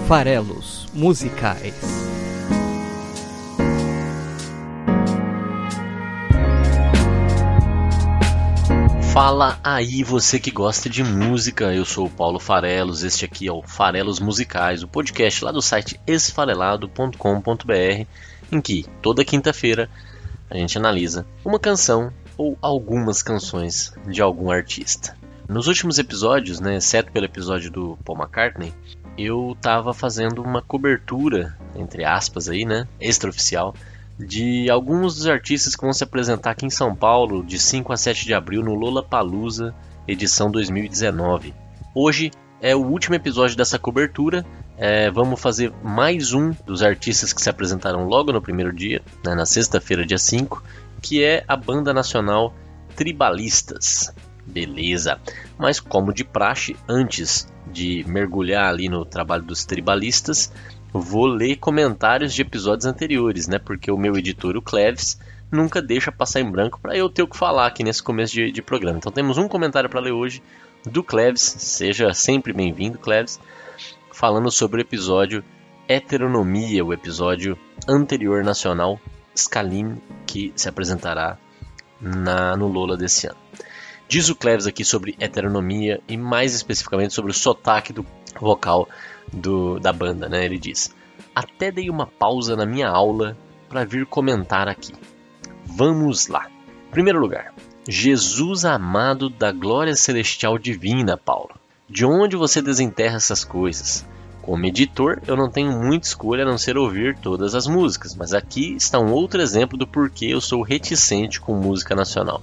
Farelos Musicais. Fala aí você que gosta de música, eu sou o Paulo Farelos, este aqui é o Farelos Musicais, o podcast lá do site esfarelado.com.br, em que toda quinta-feira a gente analisa uma canção ou algumas canções de algum artista. Nos últimos episódios, exceto pelo episódio do Paul McCartney, eu estava fazendo uma cobertura, entre aspas extraoficial, de alguns dos artistas que vão se apresentar aqui em São Paulo de 5 a 7 de abril no Lollapalooza, edição 2019. Hoje é o último episódio dessa cobertura, vamos fazer mais um dos artistas que se apresentarão logo no primeiro dia, na sexta-feira, dia 5, que é a banda nacional Tribalistas. Beleza, mas como de praxe, antes de mergulhar ali no trabalho dos Tribalistas, vou ler comentários de episódios anteriores, porque o meu editor, o Cleves, nunca deixa passar em branco para eu ter o que falar aqui nesse começo de programa. Então temos um comentário para ler hoje do Cleves, seja sempre bem-vindo, Cleves, falando sobre o episódio Heteronomia, o episódio anterior nacional, Scalin, que se apresentará no Lola desse ano. Diz o Cleves aqui sobre heteronomia e mais especificamente sobre o sotaque do vocal da banda, Ele diz: até dei uma pausa na minha aula para vir comentar aqui. Vamos lá. Primeiro lugar, Jesus amado da glória celestial divina, Paulo. De onde você desenterra essas coisas? Como editor, eu não tenho muita escolha a não ser ouvir todas as músicas, mas aqui está um outro exemplo do porquê eu sou reticente com música nacional.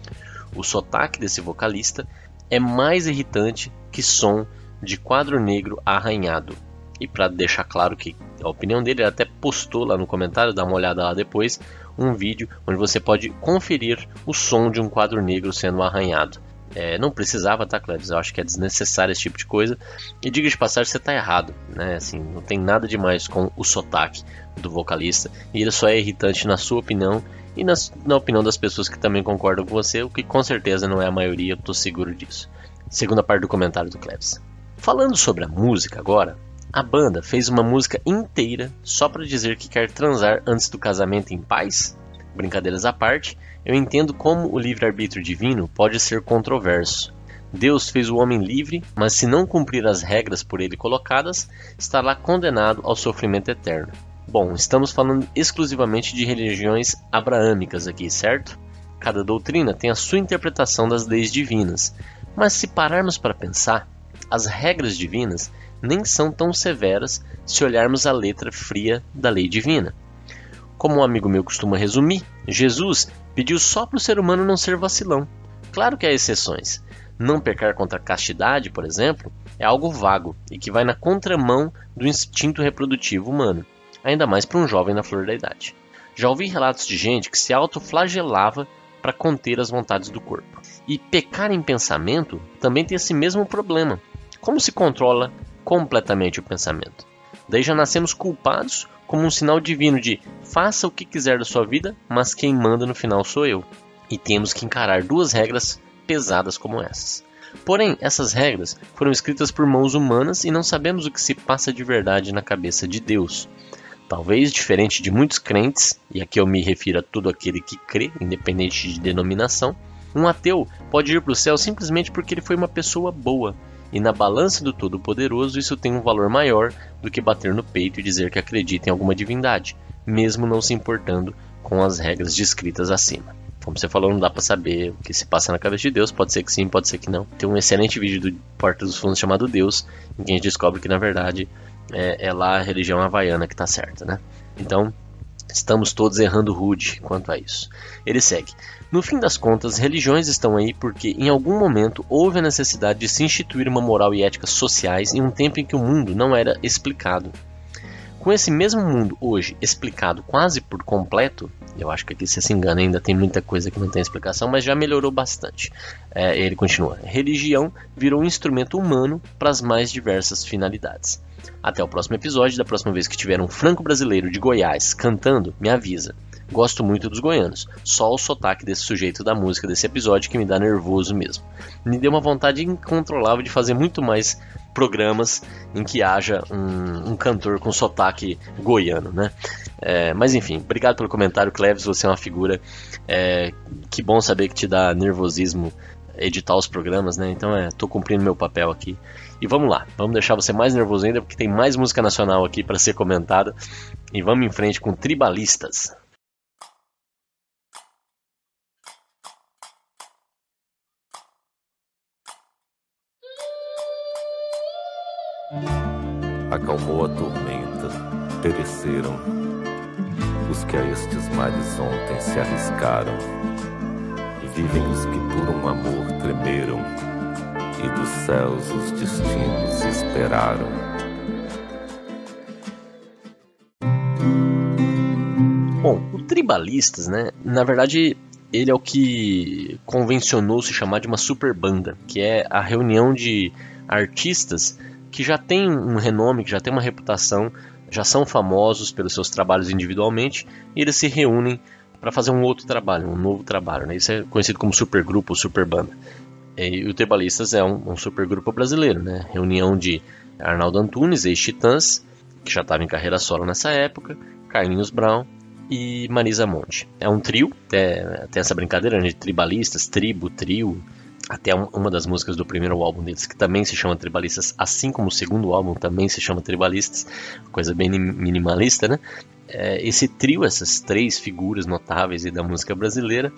O sotaque desse vocalista é mais irritante que som de quadro negro arranhado. E para deixar claro que a opinião dele, ele até postou lá no comentário, dá uma olhada lá depois, um vídeo onde você pode conferir o som de um quadro negro sendo arranhado. Não precisava, tá, Cleves? Eu acho que é desnecessário esse tipo de coisa. E diga de passagem, você tá errado, Assim, não tem nada demais com o sotaque do vocalista. E ele só é irritante na sua opinião e na opinião das pessoas que também concordam com você, o que com certeza não é a maioria, eu tô seguro disso. Segunda parte do comentário do Cleves. Falando sobre a música agora, a banda fez uma música inteira só para dizer que quer transar antes do casamento em paz? Brincadeiras à parte, eu entendo como o livre-arbítrio divino pode ser controverso. Deus fez o homem livre, mas se não cumprir as regras por ele colocadas, estará condenado ao sofrimento eterno. Bom, estamos falando exclusivamente de religiões abraâmicas aqui, certo? Cada doutrina tem a sua interpretação das leis divinas, mas se pararmos para pensar, as regras divinas nem são tão severas se olharmos a letra fria da lei divina. Como um amigo meu costuma resumir, Jesus pediu só para o ser humano não ser vacilão. Claro que há exceções. Não pecar contra a castidade, por exemplo, é algo vago e que vai na contramão do instinto reprodutivo humano, ainda mais para um jovem na flor da idade. Já ouvi relatos de gente que se autoflagelava para conter as vontades do corpo. E pecar em pensamento também tem esse mesmo problema. Como se controla completamente o pensamento? Daí já nascemos culpados como um sinal divino de faça o que quiser da sua vida, mas quem manda no final sou eu. E temos que encarar duas regras pesadas como essas. Porém, essas regras foram escritas por mãos humanas e não sabemos o que se passa de verdade na cabeça de Deus. Talvez, diferente de muitos crentes, e aqui eu me refiro a todo aquele que crê, independente de denominação, um ateu pode ir para o céu simplesmente porque ele foi uma pessoa boa. E na balança do Todo-Poderoso isso tem um valor maior do que bater no peito e dizer que acredita em alguma divindade, mesmo não se importando com as regras descritas acima. Como você falou, não dá para saber o que se passa na cabeça de Deus, pode ser que sim, pode ser que não. Tem um excelente vídeo do Porta dos Fundos chamado Deus, em que a gente descobre que na verdade é lá a religião havaiana que está certa, Então, estamos todos errando rude quanto a isso. Ele segue. No fim das contas, religiões estão aí porque em algum momento houve a necessidade de se instituir uma moral e ética sociais em um tempo em que o mundo não era explicado. Com esse mesmo mundo hoje explicado quase por completo, eu acho que aqui você se engana, ainda tem muita coisa que não tem explicação, mas já melhorou bastante. Ele continua. Religião virou um instrumento humano para as mais diversas finalidades. Até o próximo episódio, da próxima vez que tiver um franco-brasileiro de Goiás cantando, me avisa. gosto muito dos goianos. Só o sotaque desse sujeito da música desse episódio que me dá nervoso mesmo. Me deu uma vontade incontrolável de fazer muito mais programas em que haja um cantor com sotaque goiano, né? Mas enfim, obrigado pelo comentário, Cleves, você é uma figura. Que bom saber que te dá nervosismo editar os programas, né? Então tô cumprindo meu papel aqui. E vamos lá, vamos deixar você mais nervoso ainda, porque tem mais música nacional aqui para ser comentada. E vamos em frente com Tribalistas. Acalmou a tormenta, pereceram os que a estes mares ontem se arriscaram. Vivem os que por um amor tremeram, e dos céus os destinos esperaram. Bom, o Tribalistas, né, na verdade, ele é o que convencionou se chamar de uma super banda, que é a reunião de artistas que já tem um renome, que já tem uma reputação, já são famosos pelos seus trabalhos individualmente, e eles se reúnem para fazer um outro trabalho, um novo trabalho, né? Isso é conhecido como supergrupo ou superbanda. E o Tribalistas é um supergrupo brasileiro, né? Reunião de Arnaldo Antunes, ex-Titãs, que já estava em carreira solo nessa época, Carlinhos Brown e Marisa Monte. É um trio, tem essa brincadeira, né, de tribalistas, tribo, trio. Até uma das músicas do primeiro álbum deles, que também se chama Tribalistas, assim como o segundo álbum também se chama Tribalistas, coisa bem minimalista, né? Esse trio, essas três figuras notáveis da música brasileira,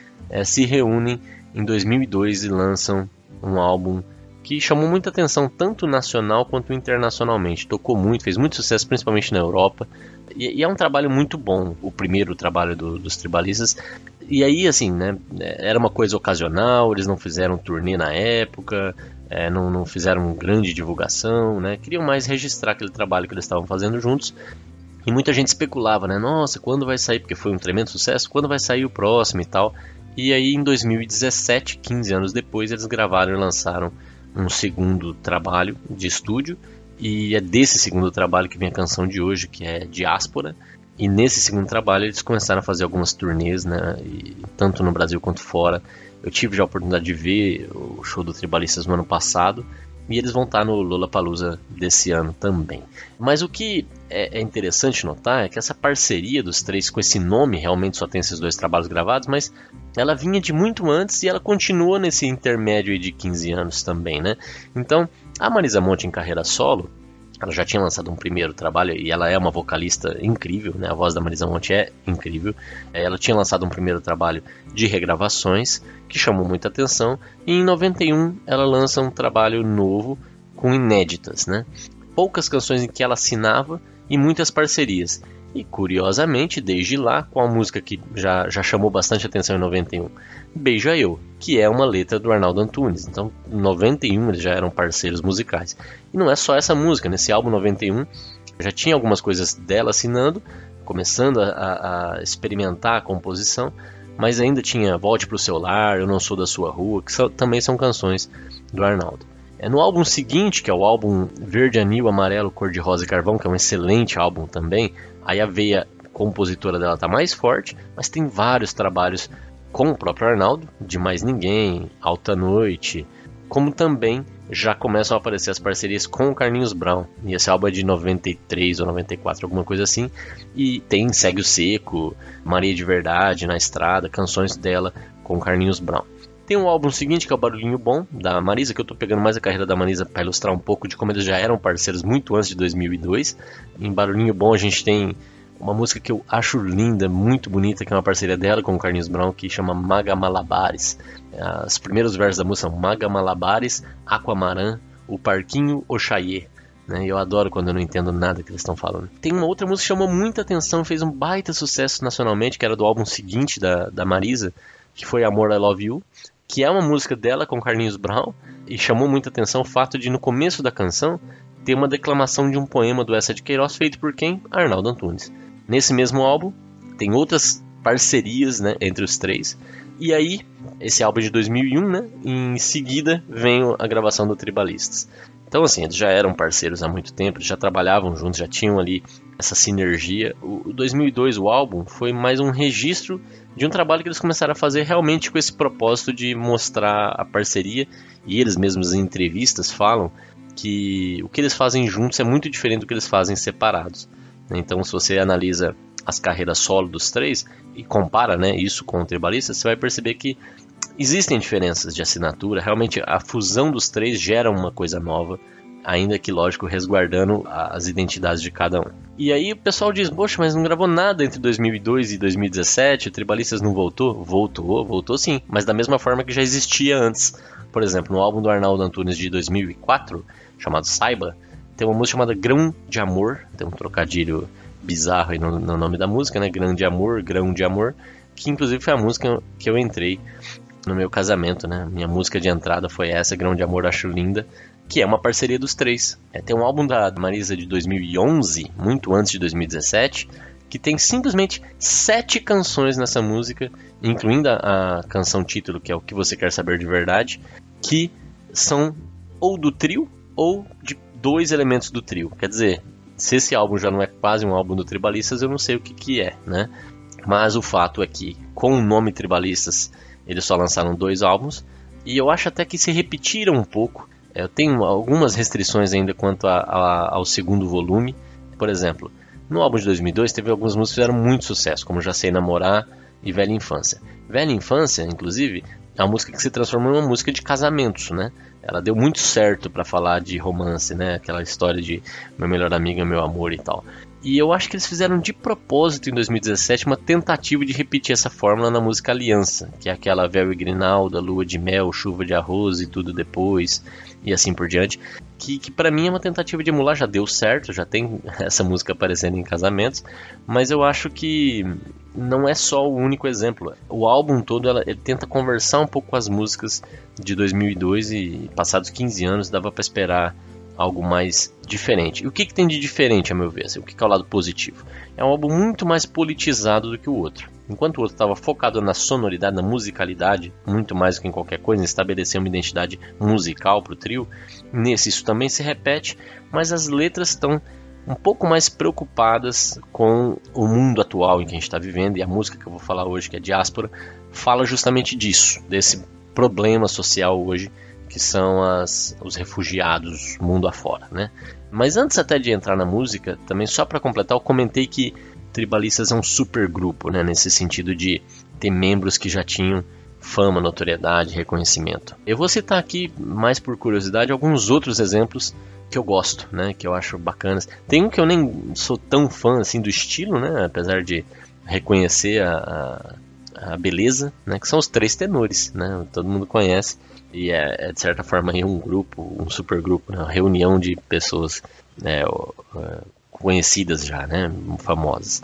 se reúnem em 2002 e lançam um álbum que chamou muita atenção, tanto nacional quanto internacionalmente. Tocou muito, fez muito sucesso, principalmente na Europa. E é um trabalho muito bom, o primeiro trabalho dos Tribalistas. E aí, assim, né, era uma coisa ocasional, eles não fizeram turnê na época, não fizeram grande divulgação, né, queriam mais registrar aquele trabalho que eles estavam fazendo juntos. E muita gente especulava, né, nossa, quando vai sair, porque foi um tremendo sucesso, quando vai sair o próximo e tal. E aí, em 2017, 15 anos depois, eles gravaram e lançaram um segundo trabalho de estúdio. E é desse segundo trabalho que vem a canção de hoje, que é Diáspora. E nesse segundo trabalho eles começaram a fazer algumas turnês, né, tanto no Brasil quanto fora. Eu tive já a oportunidade de ver o show do Tribalistas no ano passado, e eles vão estar no Lollapalooza desse ano também. Mas o que é interessante notar é que essa parceria dos três, com esse nome, realmente só tem esses dois trabalhos gravados, mas ela vinha de muito antes e ela continua nesse intermédio aí de 15 anos também, né? Então, a Marisa Monte em carreira solo, ela já tinha lançado um primeiro trabalho e ela é uma vocalista incrível, né? A voz da Marisa Monte é incrível. Ela tinha lançado um primeiro trabalho de regravações que chamou muita atenção. E em 91 ela lança um trabalho novo com inéditas, né? Poucas canções em que ela assinava e muitas parcerias. E curiosamente, desde lá, com a música que já chamou bastante atenção em 91, Beija Eu, que é uma letra do Arnaldo Antunes. Então, em 91 eles já eram parceiros musicais. E não é só essa música, nesse álbum 91 já tinha algumas coisas dela assinando, começando a experimentar a composição, mas ainda tinha Volte Pro Seu Lar, Eu Não Sou da Sua Rua, que também são canções do Arnaldo. No álbum seguinte, que é o álbum Verde, Anil, Amarelo, Cor de Rosa e Carvão, que é um excelente álbum também, aí a veia compositora dela está mais forte, mas tem vários trabalhos com o próprio Arnaldo, De Mais Ninguém, Alta Noite, como também já começam a aparecer as parcerias com o Carlinhos Brown. E esse álbum é de 93 ou 94, alguma coisa assim, e tem Segue o Seco, Maria de Verdade, Na Estrada, canções dela com o Carlinhos Brown. Tem um álbum seguinte, que é o Barulhinho Bom, da Marisa, que eu tô pegando mais a carreira da Marisa para ilustrar um pouco de como eles já eram parceiros muito antes de 2002. Em Barulhinho Bom a gente tem uma música que eu acho linda, muito bonita, que é uma parceria dela com o Carlinhos Brown, que chama Maga Malabares. Os primeiros versos da música são Maga Malabares, Aquamarã, O Parquinho, Oxaie. Eu adoro quando eu não entendo nada que eles estão falando. Tem uma outra música que chamou muita atenção, fez um baita sucesso nacionalmente, que era do álbum seguinte da Marisa, que foi Amor, I Love You, que é uma música dela com Carlinhos Brown, e chamou muita atenção o fato de, no começo da canção, ter uma declamação de um poema do Eça de Queiroz, feito por quem? Arnaldo Antunes. Nesse mesmo álbum, tem outras parcerias, né, entre os três, e aí, esse álbum é de 2001, né, em seguida vem a gravação do Tribalistas. Então, assim, eles já eram parceiros há muito tempo, eles já trabalhavam juntos, já tinham ali essa sinergia. O 2002, o álbum, foi mais um registro de um trabalho que eles começaram a fazer realmente com esse propósito de mostrar a parceria. E eles mesmos em entrevistas falam que o que eles fazem juntos é muito diferente do que eles fazem separados. Então, se você analisa as carreiras solo dos três e compara, né, isso com o Tribalistas, você vai perceber que existem diferenças de assinatura. Realmente a fusão dos três gera uma coisa nova, ainda que, lógico, resguardando as identidades de cada um. E aí o pessoal diz, poxa, mas não gravou nada entre 2002 e 2017, o Tribalistas não voltou? Voltou sim, mas da mesma forma que já existia antes. Por exemplo, no álbum do Arnaldo Antunes de 2004, chamado Saiba, tem uma música chamada Grão de Amor, tem um trocadilho bizarro aí no nome da música, né? Grão de Amor, que inclusive foi a música que eu entrei no meu casamento, né? Minha música de entrada foi essa, Grão de Amor, acho linda, que é uma parceria dos três. Tem um álbum da Marisa de 2011, muito antes de 2017, que tem simplesmente 7 canções nessa música, incluindo a canção título, que é O Que Você Quer Saber de Verdade, que são ou do trio ou de 2 elementos do trio. Quer dizer, se esse álbum já não é quase um álbum do Tribalistas, eu não sei o que é, né? Mas o fato é que, com o nome Tribalistas, eles só lançaram 2 álbuns, e eu acho até que se repetiram um pouco. Eu tenho algumas restrições ainda quanto ao segundo volume. Por exemplo, no álbum de 2002 teve algumas músicas que fizeram muito sucesso, como Já Sei Namorar e Velha Infância. Velha Infância, inclusive, é uma música que se transformou em uma música de casamentos, né? Ela deu muito certo para falar de romance, né? Aquela história de meu melhor amigo é meu amor e tal. E eu acho que eles fizeram de propósito em 2017 uma tentativa de repetir essa fórmula na música Aliança, que é aquela Véu e Grinalda, Lua de Mel, Chuva de Arroz e Tudo Depois, e assim por diante, que pra mim é uma tentativa de emular. Já deu certo, já tem essa música aparecendo em casamentos, mas eu acho que não é só o único exemplo. O álbum todo ele tenta conversar um pouco com as músicas de 2002 e passados 15 anos dava pra esperar algo mais diferente. E o que tem de diferente, a meu ver? O que é o lado positivo? É um álbum muito mais politizado do que o outro. Enquanto o outro estava focado na sonoridade, na musicalidade, muito mais do que em qualquer coisa, em estabelecer uma identidade musical para o trio, nesse isso também se repete, mas as letras estão um pouco mais preocupadas com o mundo atual em que a gente está vivendo, e a música que eu vou falar hoje, que é Diáspora, fala justamente disso, desse problema social hoje, que são os refugiados mundo afora, né? Mas antes até de entrar na música, também só para completar, eu comentei que Tribalistas é um super grupo, né? Nesse sentido de ter membros que já tinham fama, notoriedade, reconhecimento. Eu vou citar aqui, mais por curiosidade, alguns outros exemplos que eu gosto, né? Que eu acho bacanas. Tem um que eu nem sou tão fã assim do estilo, né? Apesar de reconhecer a beleza, né? Que são os Três Tenores, né? Todo mundo conhece. E é de certa forma aí um grupo, um super grupo, né? Uma reunião de pessoas conhecidas já, né? Famosas.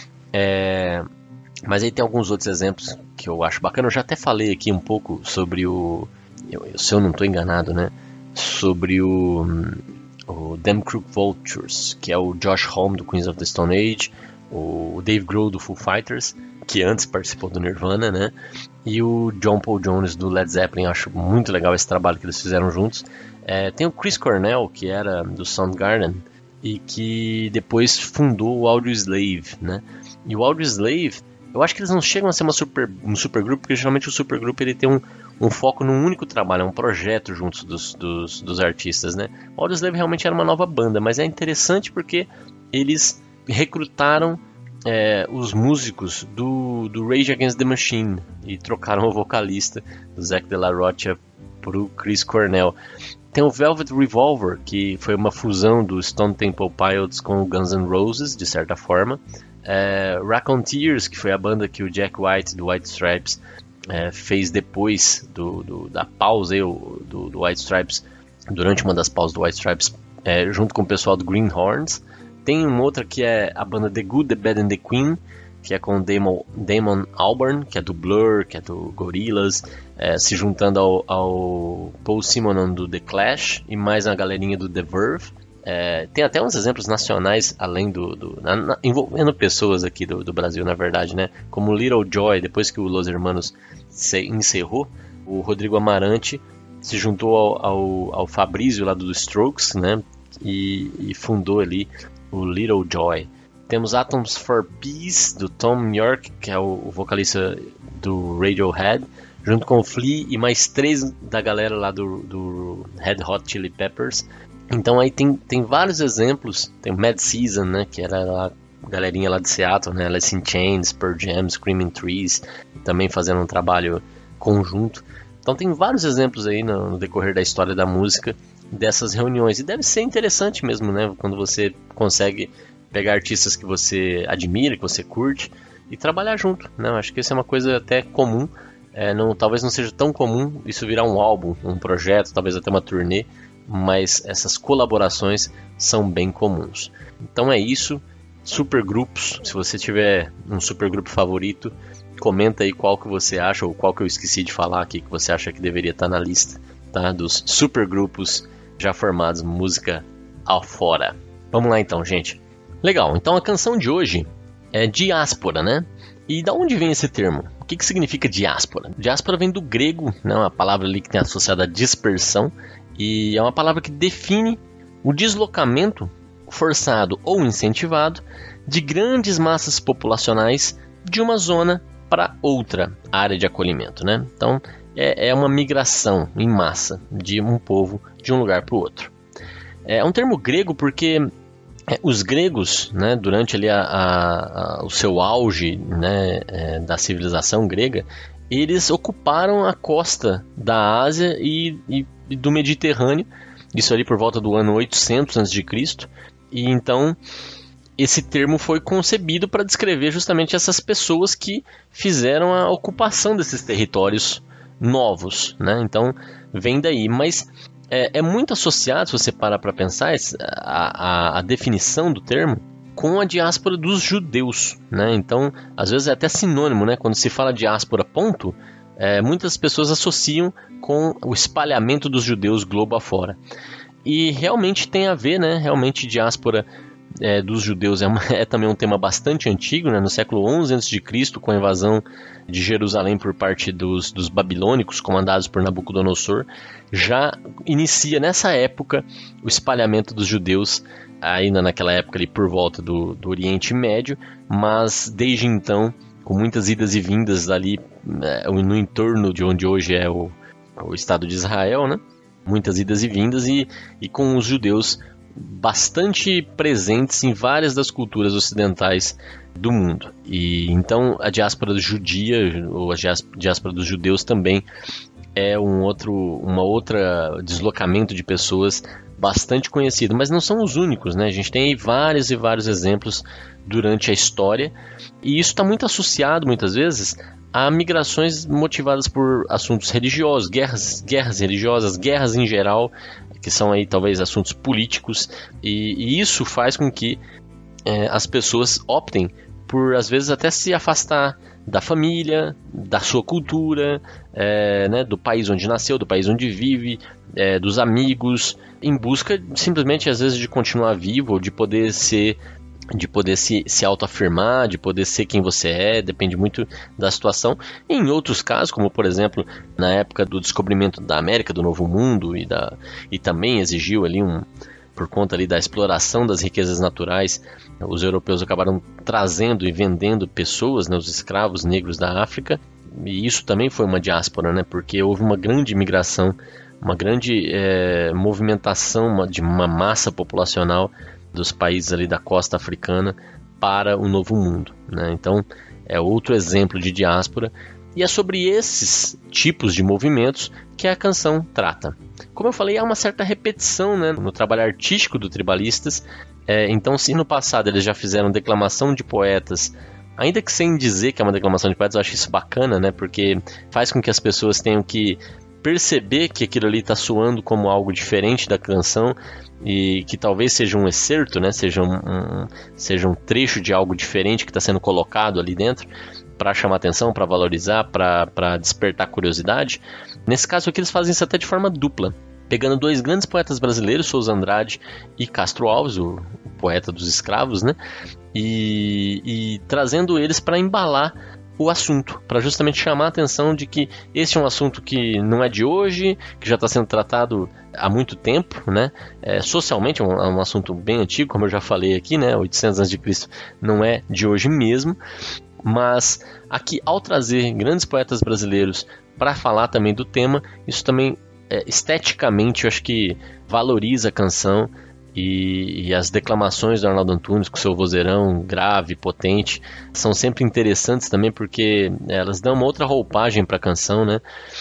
Mas aí tem alguns outros exemplos que eu acho bacana. Eu já até falei aqui um pouco sobre se eu não estou enganado, né? Sobre o Them Crook Vultures, que é o Josh Homme do Queens of the Stone Age, o Dave Grohl do Foo Fighters, que antes participou do Nirvana, né? E o John Paul Jones do Led Zeppelin. Eu acho muito legal esse trabalho que eles fizeram juntos. Tem o Chris Cornell, que era do Soundgarden e que depois fundou o Audioslave, né? E o Audioslave, eu acho que eles não chegam a ser um supergrupo, porque geralmente o supergrupo ele tem um foco num único trabalho, um projeto juntos dos artistas, né? O Audioslave realmente era uma nova banda, mas é interessante porque eles recrutaram os músicos do Rage Against the Machine e trocaram o vocalista, do Zack de la Rocha, pro Chris Cornell. Tem o Velvet Revolver, que foi uma fusão do Stone Temple Pilots com o Guns N' Roses, de certa forma. Raconteurs, que foi a banda que o Jack White, do White Stripes, fez depois da pausa do White Stripes, durante uma das pausas do White Stripes, junto com o pessoal do Greenhorns. Tem uma outra que é a banda The Good, The Bad and The Queen, que é com o Damon Albarn, que é do Blur, que é do Gorillaz, se juntando ao Paul Simonon do The Clash e mais a galerinha do The Verve. Tem até uns exemplos nacionais, além envolvendo pessoas aqui do Brasil, na verdade, né? Como Little Joy, depois que o Los Hermanos se encerrou, o Rodrigo Amarante se juntou ao Fabrizio lá do Strokes, né? E fundou ali o Little Joy. Temos Atoms for Peace, do Tom York, que é o vocalista do Radiohead, junto com o Flea e mais 3 da galera lá do Red Hot Chili Peppers. Então aí tem vários exemplos. Tem o Mad Season, né, que era a galerinha lá de Seattle, né, Alice in Chains, Pearl Jam, Screaming Trees, também fazendo um trabalho conjunto. Então tem vários exemplos aí no decorrer da história da música dessas reuniões. E deve ser interessante mesmo, né, quando você consegue pegar artistas que você admira, que você curte, e trabalhar junto, né? Eu acho que isso é uma coisa até comum. Talvez não seja tão comum isso virar um álbum, um projeto, talvez até uma turnê, mas essas colaborações são bem comuns. Então é isso. Supergrupos, se você tiver um supergrupo favorito, comenta aí qual que você acha, ou qual que eu esqueci de falar aqui, que você acha que deveria estar na lista, tá? Dos supergrupos já formados, música afora. Vamos lá então, gente. Legal, então a canção de hoje é diáspora, né? E da onde vem esse termo? O que significa diáspora? Diáspora vem do grego, né? Uma palavra ali que tem associada à dispersão, e é uma palavra que define o deslocamento forçado ou incentivado de grandes massas populacionais de uma zona para outra área de acolhimento, né? Então é uma migração em massa de um povo de um lugar para o outro. É um termo grego porque os gregos, né, durante ali o seu auge, né, da civilização grega, eles ocuparam a costa da Ásia e do Mediterrâneo, isso ali por volta do ano 800 a.C., e então esse termo foi concebido para descrever justamente essas pessoas que fizeram a ocupação desses territórios novos, né? Então vem daí, mas é muito associado, se você parar para pensar, a definição do termo com a diáspora dos judeus, né? Então, às vezes é até sinônimo, né? Quando se fala diáspora, ponto, muitas pessoas associam com o espalhamento dos judeus globo afora. E realmente tem a ver, né? Realmente diáspora dos judeus é também um tema bastante antigo, né? No século XI a.C., com a invasão de Jerusalém por parte dos babilônicos, comandados por Nabucodonosor, já inicia nessa época o espalhamento dos judeus, ainda naquela época ali por volta do Oriente Médio, mas desde então, com muitas idas e vindas ali no entorno de onde hoje é o Estado de Israel, né? Muitas idas e vindas e com os judeus bastante presentes em várias das culturas ocidentais do mundo. E então a diáspora judia, ou a diáspora dos judeus também é uma outra deslocamento de pessoas bastante conhecido, mas não são os únicos, né? A gente tem aí vários e vários exemplos durante a história, e isso está muito associado muitas vezes a migrações motivadas por assuntos religiosos, guerras religiosas, guerras em geral, que são aí talvez assuntos políticos, e isso faz com que as pessoas optem por, às vezes, até se afastar da família, da sua cultura, né, do país onde nasceu, do país onde vive, dos amigos, em busca simplesmente, às vezes, de continuar vivo, ou de poder se autoafirmar, de poder ser quem você é, depende muito da situação. Em outros casos, como por exemplo, na época do descobrimento da América, do Novo Mundo, e também exigiu ali por conta ali da exploração das riquezas naturais, os europeus acabaram trazendo e vendendo pessoas, né, os escravos negros da África, e isso também foi uma diáspora, né, porque houve uma grande migração, uma grande movimentação de uma massa populacional dos países ali da costa africana para o Novo Mundo, né? Então é outro exemplo de diáspora, e é sobre esses tipos de movimentos que a canção trata. Como eu falei, há uma certa repetição, né, no trabalho artístico do Tribalistas. Então, se no passado eles já fizeram declamação de poetas, ainda que sem dizer que é uma declamação de poetas, eu acho isso bacana, né, porque faz com que as pessoas tenham que perceber que aquilo ali está soando como algo diferente da canção, e que talvez seja um excerto, né, seja um trecho de algo diferente que está sendo colocado ali dentro para chamar atenção, para valorizar, para despertar curiosidade. Nesse caso aqui eles fazem isso até de forma dupla, pegando dois grandes poetas brasileiros, Souza Andrade e Castro Alves, o poeta dos escravos, né, e trazendo eles para embalar o assunto, para justamente chamar a atenção de que esse é um assunto que não é de hoje, que já está sendo tratado há muito tempo, né? Socialmente é um assunto bem antigo, como eu já falei aqui, né? 800 a.C. não é de hoje mesmo, mas aqui, ao trazer grandes poetas brasileiros para falar também do tema, isso também, esteticamente, eu acho que valoriza a canção. E as declamações do Arnaldo Antunes com seu vozeirão grave, potente, são sempre interessantes também porque elas dão uma outra roupagem para a canção, né?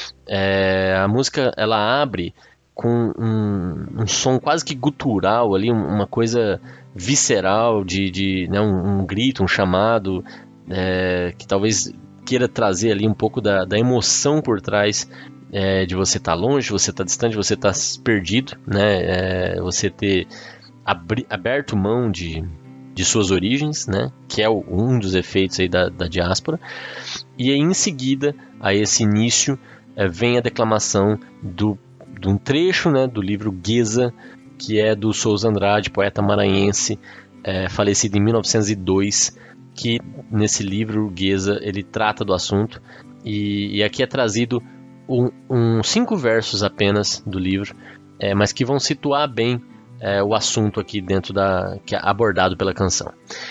A música, ela abre com um som quase que gutural ali, uma coisa visceral né, um grito, um chamado, que talvez queira trazer ali um pouco da emoção por trás de você estar longe, você estar distante, você estar perdido, né? Você ter aberto mão de suas origens, né? Que é um dos efeitos aí da diáspora. E aí, em seguida, a esse início, vem a declamação de um trecho, né, do livro Gueza, que é do Souza Andrade, poeta maranhense, falecido em 1902, que nesse livro Gueza ele trata do assunto, e aqui é trazido 5 versos apenas do livro, mas que vão situar bem o assunto aqui dentro que é abordado pela canção.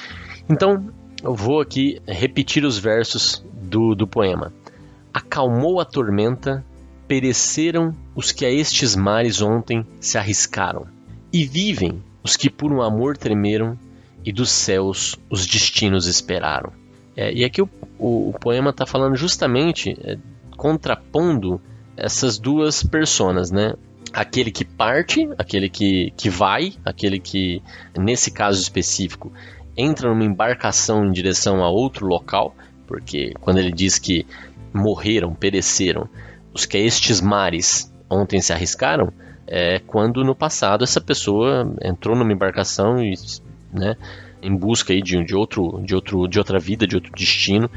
Então eu vou aqui repetir os versos do poema. Acalmou a tormenta, pereceram os que a estes mares ontem se arriscaram, e vivem os que por um amor tremeram, e dos céus os destinos esperaram. E aqui o poema está falando justamente, contrapondo essas duas personas, né? Aquele que parte, aquele que vai, aquele que, nesse caso específico, entra numa embarcação em direção a outro local, porque quando ele diz que morreram, pereceram, os que a estes mares ontem se arriscaram, quando no passado essa pessoa entrou numa embarcação e, né, em busca aí de outra vida, de outro destino,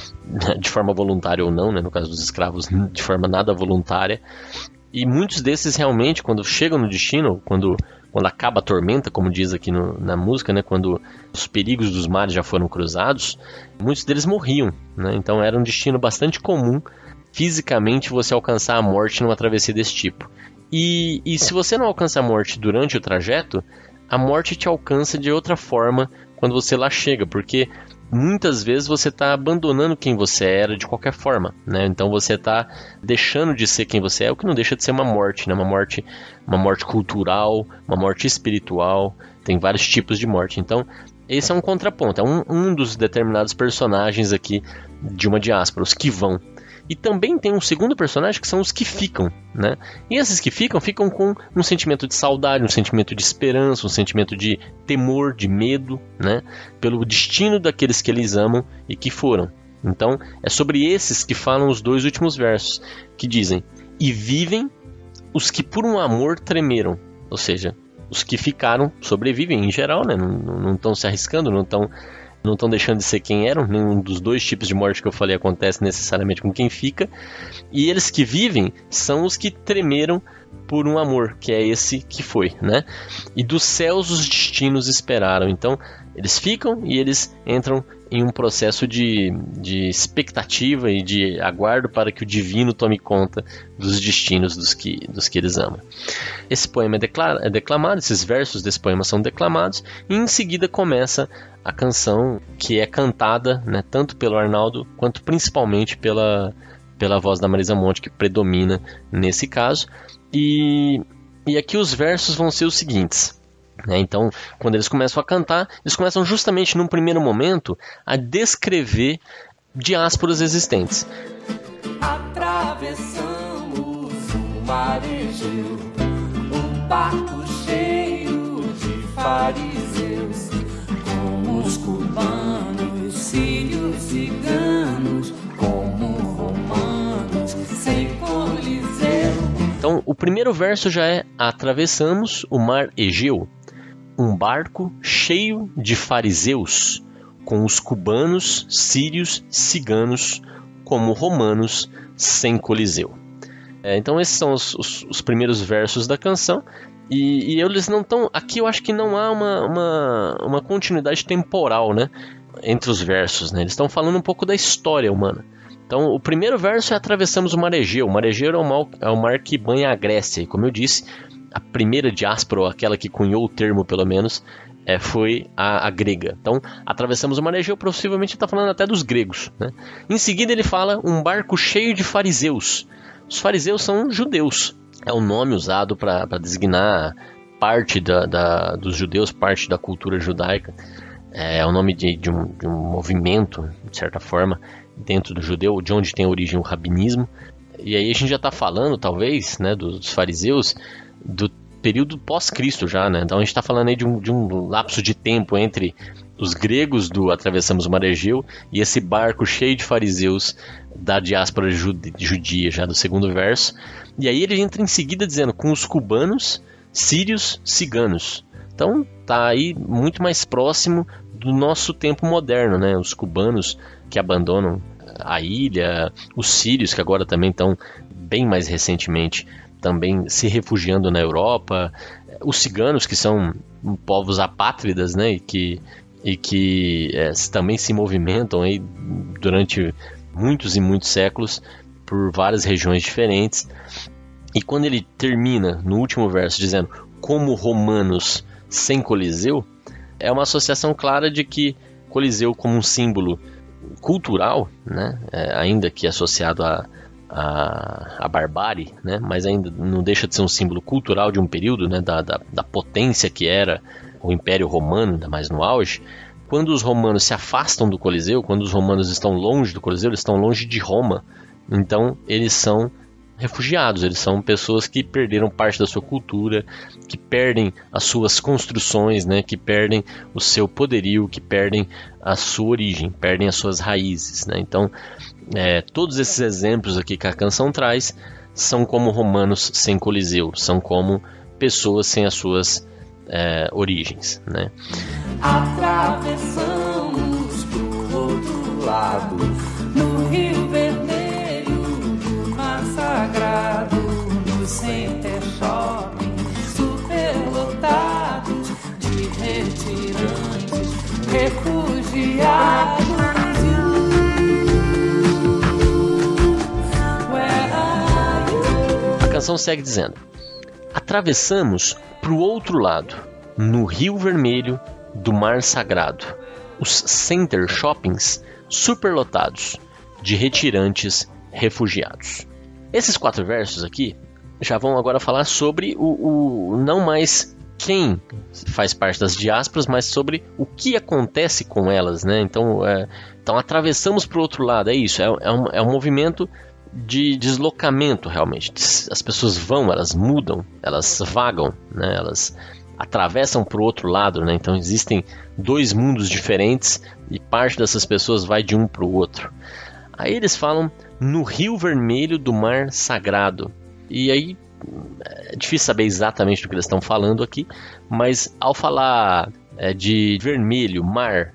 de forma voluntária ou não, né, no caso dos escravos, de forma nada voluntária. E muitos desses realmente, quando chegam no destino, quando acaba a tormenta, como diz aqui na música, né, quando os perigos dos mares já foram cruzados, muitos deles morriam, né, então era um destino bastante comum fisicamente você alcançar a morte numa travessia desse tipo. E se você não alcança a morte durante o trajeto, a morte te alcança de outra forma quando você lá chega, porque muitas vezes você está abandonando quem você era de qualquer forma, né? Então você está deixando de ser quem você é, o que não deixa de ser uma morte, né? Uma morte cultural, uma morte espiritual, tem vários tipos de morte. Então esse é um contraponto, é um dos determinados personagens aqui de uma diáspora, os que vão. E também tem um segundo personagem que são os que ficam, né? E esses que ficam com um sentimento de saudade, um sentimento de esperança, um sentimento de temor, de medo, né? Pelo destino daqueles que eles amam e que foram. Então é sobre esses que falam os 2 últimos versos, que dizem: e vivem os que por um amor tremeram. Ou seja, os que ficaram sobrevivem em geral, né? Não estão se arriscando, não estão deixando de ser quem eram. Nenhum dos 2 tipos de morte que eu falei acontece necessariamente com quem fica. E eles que vivem são os que tremeram por um amor, que é esse que foi, né? E dos céus os destinos esperaram. Então eles ficam e eles entram em um processo de expectativa e de aguardo para que o divino tome conta dos destinos dos que eles amam. Esse poema é declamado, esses versos desse poema são declamados, e em seguida começa a canção, que é cantada, né, tanto pelo Arnaldo quanto principalmente pela voz da Marisa Monte, que predomina nesse caso. E aqui os versos vão ser os seguintes. Então, quando eles começam a cantar, eles começam justamente num primeiro momento a descrever diásporas existentes. Atravessamos o mar Egeu, um barco cheio de fariseus, como os cubanos, sírios, ciganos, como romanos, sem coliseu. Então, o primeiro verso já é: atravessamos o mar Egeu, um barco cheio de fariseus, com os cubanos, sírios, ciganos, como romanos, sem coliseu. Então esses são os primeiros versos da canção, e eles não estão... Aqui eu acho que não há uma continuidade temporal, né? entre os versos, né? Eles estão falando um pouco da história humana. Então, o primeiro verso é atravessamos o mar Egeu. O mar Egeu é o mar que banha a Grécia. E como eu disse, a primeira diáspora, ou aquela que cunhou o termo pelo menos, foi a grega. Então, atravessamos o mar Egeu, possivelmente está falando até dos gregos, né? Em seguida ele fala um barco cheio de fariseus. Os fariseus são judeus. É o nome usado para designar parte dos judeus, parte da cultura judaica. É o nome de um movimento, de certa forma, dentro do judeu, de onde tem origem o rabinismo. E aí a gente já está falando, talvez, né, dos fariseus, do período pós-Cristo já, né? Então a gente está falando aí de um lapso de tempo entre os gregos do Atravessamos o Mar Egeu e esse barco cheio de fariseus da diáspora judia, já do segundo verso. E aí ele entra em seguida dizendo, com os cubanos, sírios, ciganos. Então tá aí muito mais próximo do nosso tempo moderno, né? Os cubanos que abandonam a ilha, os sírios que agora também estão bem mais recentemente também se refugiando na Europa, os ciganos que são povos apátridas, né? E que também se movimentam aí durante muitos e muitos séculos por várias regiões diferentes. E quando ele termina no último verso dizendo como romanos sem Coliseu, é uma associação clara de que Coliseu como um símbolo cultural, né, ainda que associado à barbárie, né, mas ainda não deixa de ser um símbolo cultural de um período, né, da potência que era o Império Romano, ainda mais no auge. Quando os romanos se afastam do Coliseu, quando os romanos estão longe do Coliseu, eles estão longe de Roma, então eles são refugiados, eles são pessoas que perderam parte da sua cultura, que perdem as suas construções, né, que perdem o seu poderio, que perdem a sua origem, perdem as suas raízes, né? Então, todos esses exemplos aqui que a canção traz são como romanos sem Coliseu, são como pessoas sem as suas origens, né? Atravessamos pro outro lado, no Rio Vermelho, sagrado, no Center Shopping, superlotado de retirantes, refugiados. A canção segue dizendo: atravessamos para o outro lado, no Rio Vermelho do Mar Sagrado, os Center Shoppings superlotados de retirantes refugiados. Esses 4 versos aqui já vão agora falar sobre o não mais quem faz parte das diásporas, mas sobre o que acontece com elas, né? Então atravessamos para o outro lado, é isso, é um movimento de deslocamento realmente. As pessoas vão, elas mudam, elas vagam, né? Elas atravessam para o outro lado, né? Então existem 2 mundos diferentes e parte dessas pessoas vai de um para o outro. Aí eles falam no Rio Vermelho do Mar Sagrado. E aí é difícil saber exatamente do que eles estão falando aqui, mas ao falar de vermelho, mar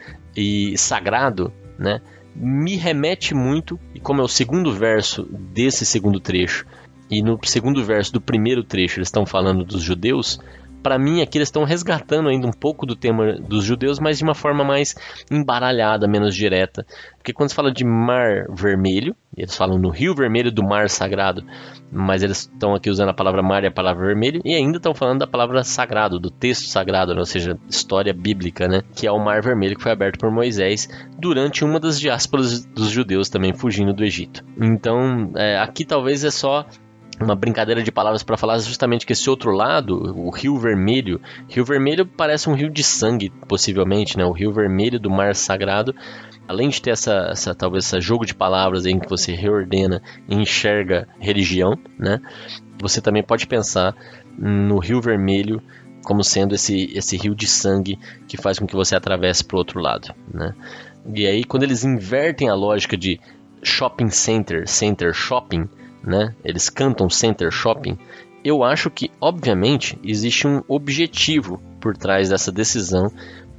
e sagrado, né, me remete muito, e como é o segundo verso desse segundo trecho, e no segundo verso do primeiro trecho eles estão falando dos judeus, para mim aqui eles estão resgatando ainda um pouco do tema dos judeus, mas de uma forma mais embaralhada, menos direta. Porque quando se fala de mar vermelho, eles falam no Rio Vermelho do Mar Sagrado, mas eles estão aqui usando a palavra mar e a palavra vermelho, e ainda estão falando da palavra sagrado, do texto sagrado, né? Ou seja, história bíblica, né? Que é o Mar Vermelho que foi aberto por Moisés durante uma das diásporas dos judeus também fugindo do Egito. Então, aqui talvez é só uma brincadeira de palavras para falar justamente que esse outro lado, o Rio Vermelho parece um rio de sangue, possivelmente, né? O Rio Vermelho do Mar Sagrado, além de ter talvez esse jogo de palavras em que você reordena e enxerga religião, né? Você também pode pensar no Rio Vermelho como sendo esse rio de sangue que faz com que você atravesse para o outro lado, né? E aí quando eles invertem a lógica de shopping center shopping, né? Eles cantam Center Shopping. Eu acho que, obviamente, existe um objetivo por trás dessa decisão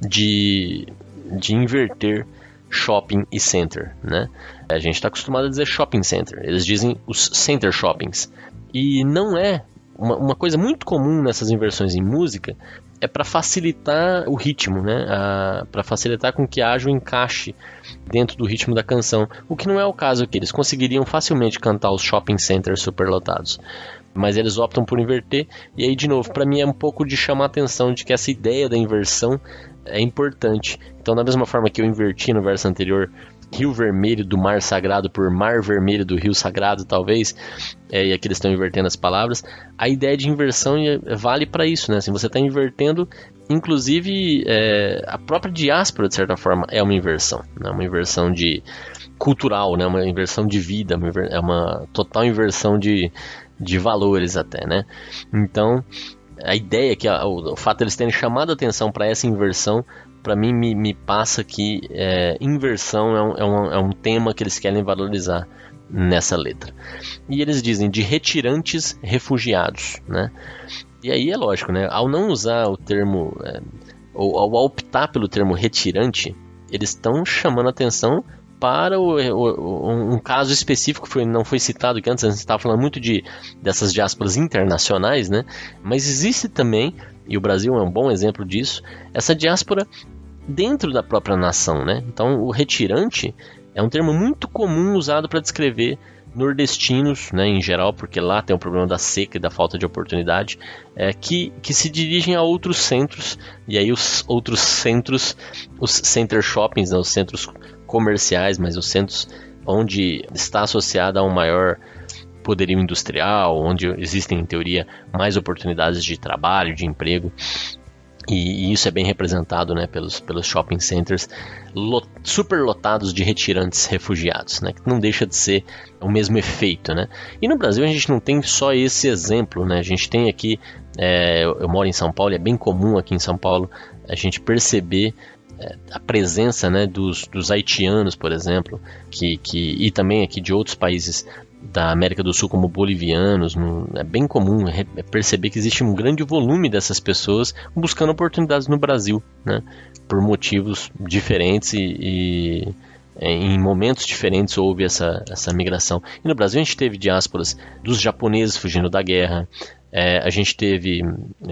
de inverter shopping e center, né? A gente está acostumado a dizer shopping center. Eles dizem os center shoppings. E não é uma coisa muito comum nessas inversões em música é para facilitar o ritmo, né? Para facilitar com que haja um encaixe dentro do ritmo da canção, o que não é o caso aqui. Eles conseguiriam facilmente cantar os shopping centers superlotados, mas eles optam por inverter. E aí, de novo, para mim é um pouco de chamar a atenção de que essa ideia da inversão é importante. Então, da mesma forma que eu inverti no verso anterior Rio Vermelho do Mar Sagrado por Mar Vermelho do Rio Sagrado, talvez, e aqui eles estão invertendo as palavras, a ideia de inversão vale para isso, né? Assim, você está invertendo, inclusive, a própria diáspora, de certa forma, é uma inversão, né? Uma inversão cultural, né? Uma inversão de vida, é uma total inversão de valores até, né? Então, a ideia que o fato de eles terem chamado a atenção para essa inversão, para mim me passa que inversão é um tema que eles querem valorizar nessa letra. E eles dizem de retirantes refugiados, né? E aí é lógico, né? Ao não usar o termo, ou ao optar pelo termo retirante, eles estão chamando a atenção para um caso específico que não foi citado, que antes a gente estava falando muito dessas diásporas internacionais, né? Mas existe também, e o Brasil é um bom exemplo disso, essa diáspora dentro da própria nação, né? Então o retirante é um termo muito comum usado para descrever nordestinos, né, em geral, porque lá tem o problema da seca e da falta de oportunidade, que se dirigem a outros centros, e aí os outros centros, os center shoppings, né, os centros comerciais, mas os centros onde está associado a um maior poderio industrial, onde existem, em teoria, mais oportunidades de trabalho, de emprego. E isso é bem representado, né, pelos shopping centers superlotados de retirantes refugiados, né, que não deixa de ser o mesmo efeito, né? E no Brasil a gente não tem só esse exemplo, né? A gente tem aqui, eu moro em São Paulo, é bem comum aqui em São Paulo a gente perceber a presença, né, dos haitianos, por exemplo, e também aqui de outros países da América do Sul, como bolivianos. É bem comum perceber que existe um grande volume dessas pessoas buscando oportunidades no Brasil, né, por motivos diferentes e em momentos diferentes houve essa migração. E no Brasil a gente teve diásporas dos japoneses fugindo da guerra, a gente teve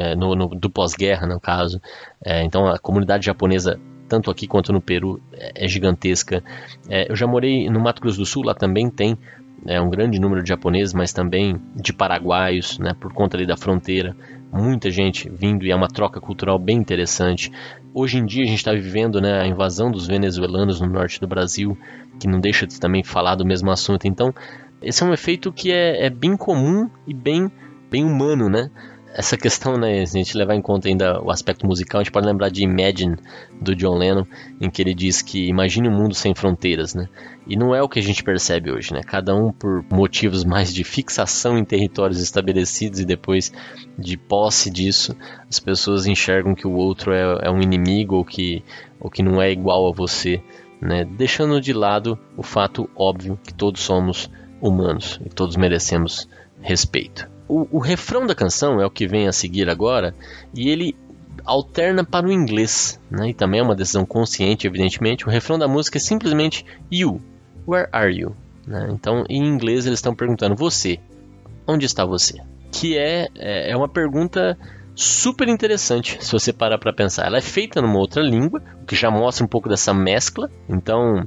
do pós-guerra, no caso, então a comunidade japonesa tanto aqui quanto no Peru é gigantesca. Eu já morei no Mato Grosso do Sul, lá também tem um grande número de japoneses, mas também de paraguaios, né, por conta ali da fronteira, muita gente vindo, e é uma troca cultural bem interessante. Hoje em dia a gente está vivendo, né, a invasão dos venezuelanos no norte do Brasil, que não deixa de também falar do mesmo assunto. Então esse é um efeito que é bem comum e bem humano, né? Essa questão, né, se a gente levar em conta ainda o aspecto musical, a gente pode lembrar de Imagine, do John Lennon, em que ele diz que imagine um mundo sem fronteiras, né? E não é o que a gente percebe hoje, né? Cada um por motivos mais de fixação em territórios estabelecidos e depois de posse disso, as pessoas enxergam que o outro é um inimigo ou que não é igual a você, né? Deixando de lado o fato óbvio que todos somos humanos e todos merecemos respeito. O refrão da canção é o que vem a seguir agora, e ele alterna para o inglês, né? E também é uma decisão consciente, evidentemente. O refrão da música é simplesmente You, where are you? Né? Então, em inglês eles estão perguntando, você, onde está você? Que é uma pergunta super interessante, se você parar para pensar. Ela é feita numa outra língua, o que já mostra um pouco dessa mescla. Então,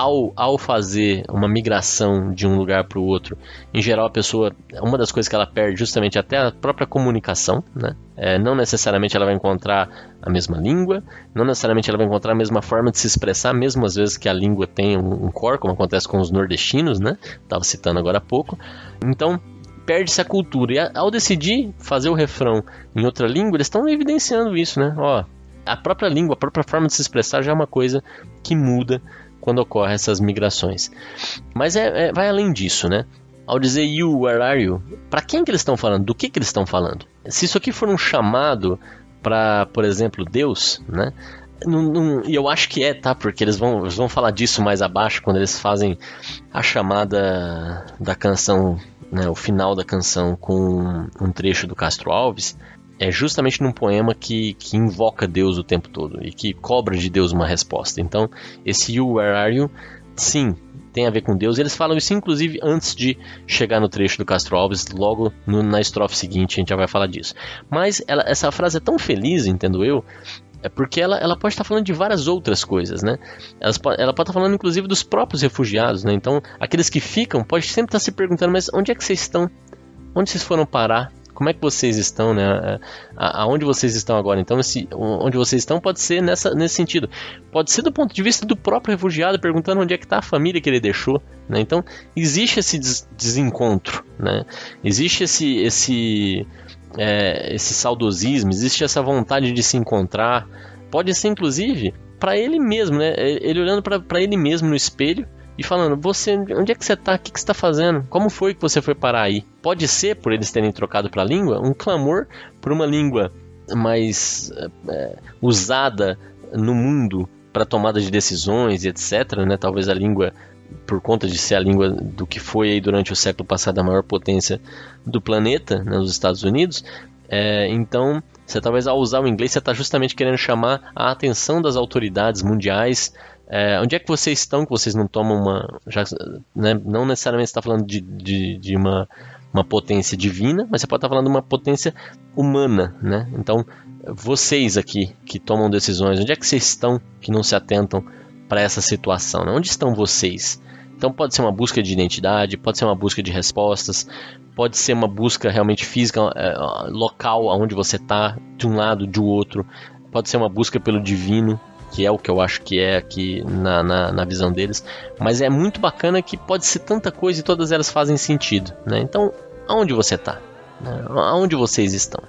ao fazer uma migração de um lugar para o outro, em geral a pessoa, uma das coisas que ela perde justamente até a própria comunicação, né? Não necessariamente ela vai encontrar a mesma língua, não necessariamente ela vai encontrar a mesma forma de se expressar, mesmo às vezes que a língua tem um core, como acontece com os nordestinos, né? Estava citando agora há pouco. Então perde-se a cultura, e ao decidir fazer o refrão em outra língua, eles estão evidenciando isso, né? A própria língua, a própria forma de se expressar já é uma coisa que muda quando ocorrem essas migrações. Mas vai além disso, né? Ao dizer You, where are you? Para quem que eles estão falando? Do que eles estão falando? Se isso aqui for um chamado para, por exemplo, Deus, né? E eu acho que tá? Porque eles vão falar disso mais abaixo, quando eles fazem a chamada da canção, né? O final da canção com um trecho do Castro Alves. É justamente num poema que invoca Deus o tempo todo e que cobra de Deus uma resposta. Então, esse You, where are you? sim, tem a ver com Deus. Eles falam isso inclusive antes de chegar no trecho do Castro Alves, logo na estrofe seguinte a gente já vai falar disso. Mas essa frase é tão feliz, entendo eu, porque ela pode estar falando de várias outras coisas, né? Ela pode estar falando inclusive dos próprios refugiados, né? Então aqueles que ficam podem sempre estar se perguntando, mas onde é que vocês estão? Onde vocês foram parar? Como é que vocês estão, né? Aonde vocês estão agora? Então, onde vocês estão pode ser nesse sentido. Pode ser do ponto de vista do próprio refugiado, perguntando onde é que está a família que ele deixou, né? Então, existe esse desencontro, né? Existe esse saudosismo, existe essa vontade de se encontrar. Pode ser, inclusive, para ele mesmo, né? Ele olhando para ele mesmo no espelho e falando, onde é que você está? O que você está fazendo? Como foi que você foi parar aí? Pode ser, por eles terem trocado para a língua, um clamor por uma língua mais usada no mundo para tomada de decisões e etc, né? Talvez a língua, por conta de ser a língua do que foi aí durante o século passado a maior potência do planeta, né, nos Estados Unidos. Então, você talvez ao usar o inglês, você está justamente querendo chamar a atenção das autoridades mundiais. Onde é que vocês estão, que vocês não tomam né, não necessariamente está falando de uma potência divina, mas você pode estar falando de uma potência humana, né? Então, vocês aqui que tomam decisões, onde é que vocês estão que não se atentam para essa situação, né? Onde estão vocês? Então pode ser uma busca de identidade, pode ser uma busca de respostas, pode ser uma busca realmente física, local, onde você está, de um lado, de outro, pode ser uma busca pelo divino, que é o que eu acho que é aqui na visão deles, mas é muito bacana que pode ser tanta coisa e todas elas fazem sentido, né? Então, aonde você está? Né? Aonde vocês estão?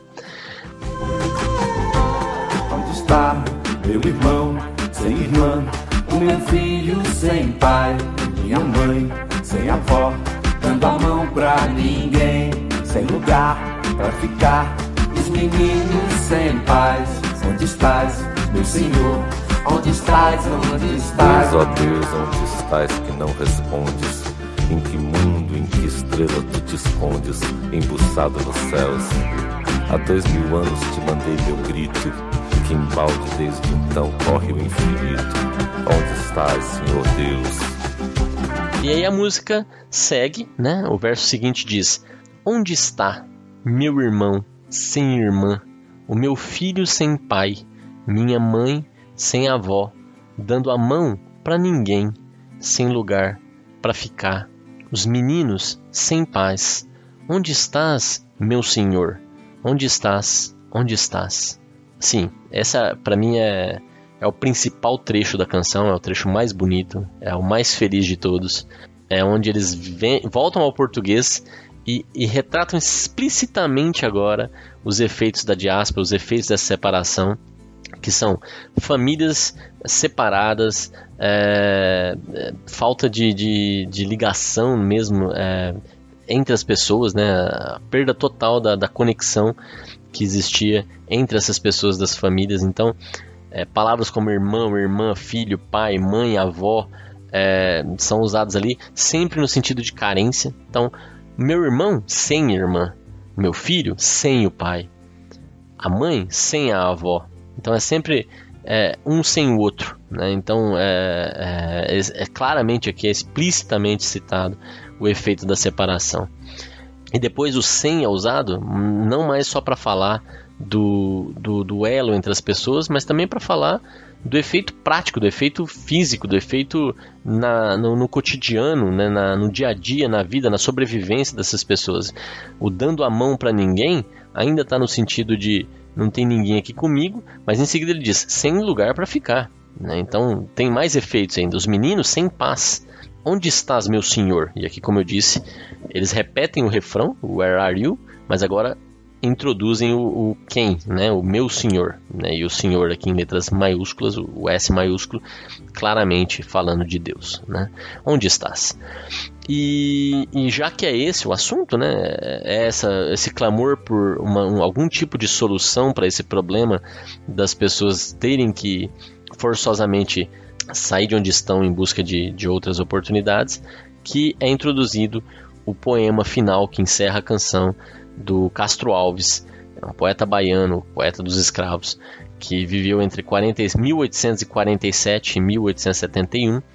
Onde está meu irmão sem irmã, o meu filho sem pai, minha mãe sem avó, dando a mão pra ninguém, sem lugar pra ficar, os meninos sem paz, onde estás, meu Senhor? Onde estás, onde estás? Deus, ó Deus, onde estás que não respondes? Em que mundo, em que estrela tu te escondes, embuçado nos céus? Há 2000 anos te mandei meu grito, que embalde desde então corre o infinito. Onde estás, Senhor Deus? E aí a música segue, né? O verso seguinte diz: onde está meu irmão sem irmã, o meu filho sem pai, minha mãe sem avó, dando a mão pra ninguém, sem lugar pra ficar, os meninos sem paz. Onde estás, meu Senhor? Onde estás? Onde estás? Sim, essa pra mim é o principal trecho da canção, é o trecho mais bonito, é o mais feliz de todos. É onde eles voltam ao português e retratam explicitamente agora os efeitos da diáspora, os efeitos dessa separação, que são famílias separadas, falta de ligação mesmo entre as pessoas, né? A perda total da conexão que existia entre essas pessoas das famílias. Então, palavras como irmão, irmã, filho, pai, mãe, avó, são usadas ali sempre no sentido de carência. Então, meu irmão sem irmã, meu filho sem o pai, a mãe sem a avó. Então é sempre um sem o outro, né? Então claramente aqui, explicitamente citado o efeito da separação. E depois o sem é usado não mais só para falar do elo entre as pessoas, mas também para falar do efeito prático, do efeito físico, do efeito no cotidiano, né? No dia a dia, na vida, na sobrevivência dessas pessoas. O dando a mão para ninguém ainda está no sentido de não tem ninguém aqui comigo, mas em seguida ele diz, sem lugar para ficar, né? Então tem mais efeitos ainda. Os meninos sem paz. Onde estás, meu Senhor? E aqui, como eu disse, eles repetem o refrão, Where are you? Mas agora introduzem o quem, né? O meu Senhor, né? E o Senhor aqui em letras maiúsculas, o S maiúsculo, claramente falando de Deus, né? Onde estás? E já que é esse o assunto, né? Esse clamor por algum tipo de solução para esse problema das pessoas terem que forçosamente sair de onde estão em busca de outras oportunidades, que é introduzido o poema final que encerra a canção do Castro Alves, um poeta baiano, poeta dos escravos, que viveu entre 1847 e 1871,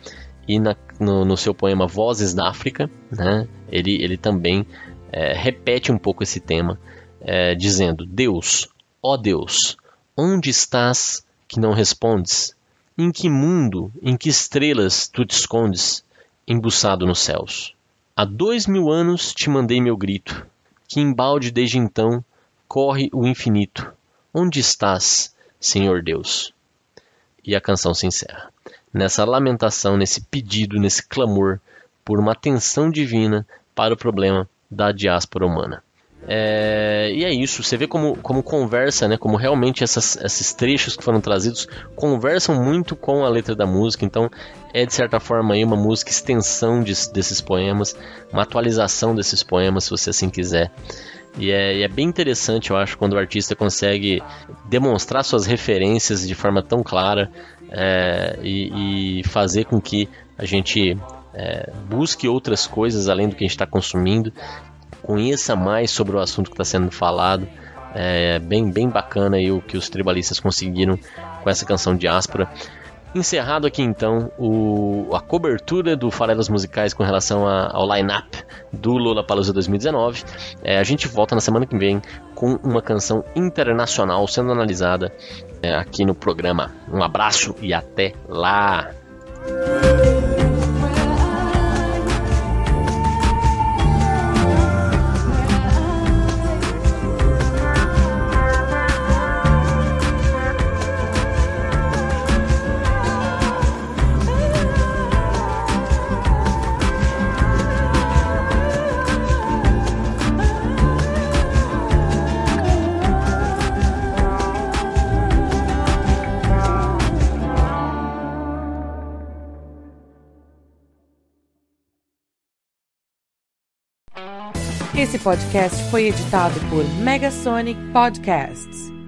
e no seu poema Vozes da África, né, ele também repete um pouco esse tema, dizendo: Deus, ó Deus, onde estás que não respondes? Em que mundo, em que estrelas tu te escondes, embuçado nos céus? Há 2000 anos te mandei meu grito, que embalde desde então corre o infinito. Onde estás, Senhor Deus? E a canção se encerra nessa lamentação, nesse pedido, nesse clamor por uma atenção divina para o problema da diáspora humana. E é isso, você vê como conversa, né, como realmente esses trechos que foram trazidos conversam muito com a letra da música. Então é de certa forma aí uma música extensão desses poemas, uma atualização desses poemas, se você assim quiser. E é bem interessante, eu acho, quando o artista consegue demonstrar suas referências de forma tão clara, e fazer com que a gente busque outras coisas além do que a gente está consumindo, conheça mais sobre o assunto que está sendo falado. É bem bacana aí o que os tribalistas conseguiram com essa canção Diáspora. Encerrado aqui então a cobertura do Farelas Musicais com relação ao line-up do Lollapalooza 2019. A gente volta na semana que vem com uma canção internacional sendo analisada aqui no programa. Um abraço e até lá! Esse podcast foi editado por Megasonic Podcasts.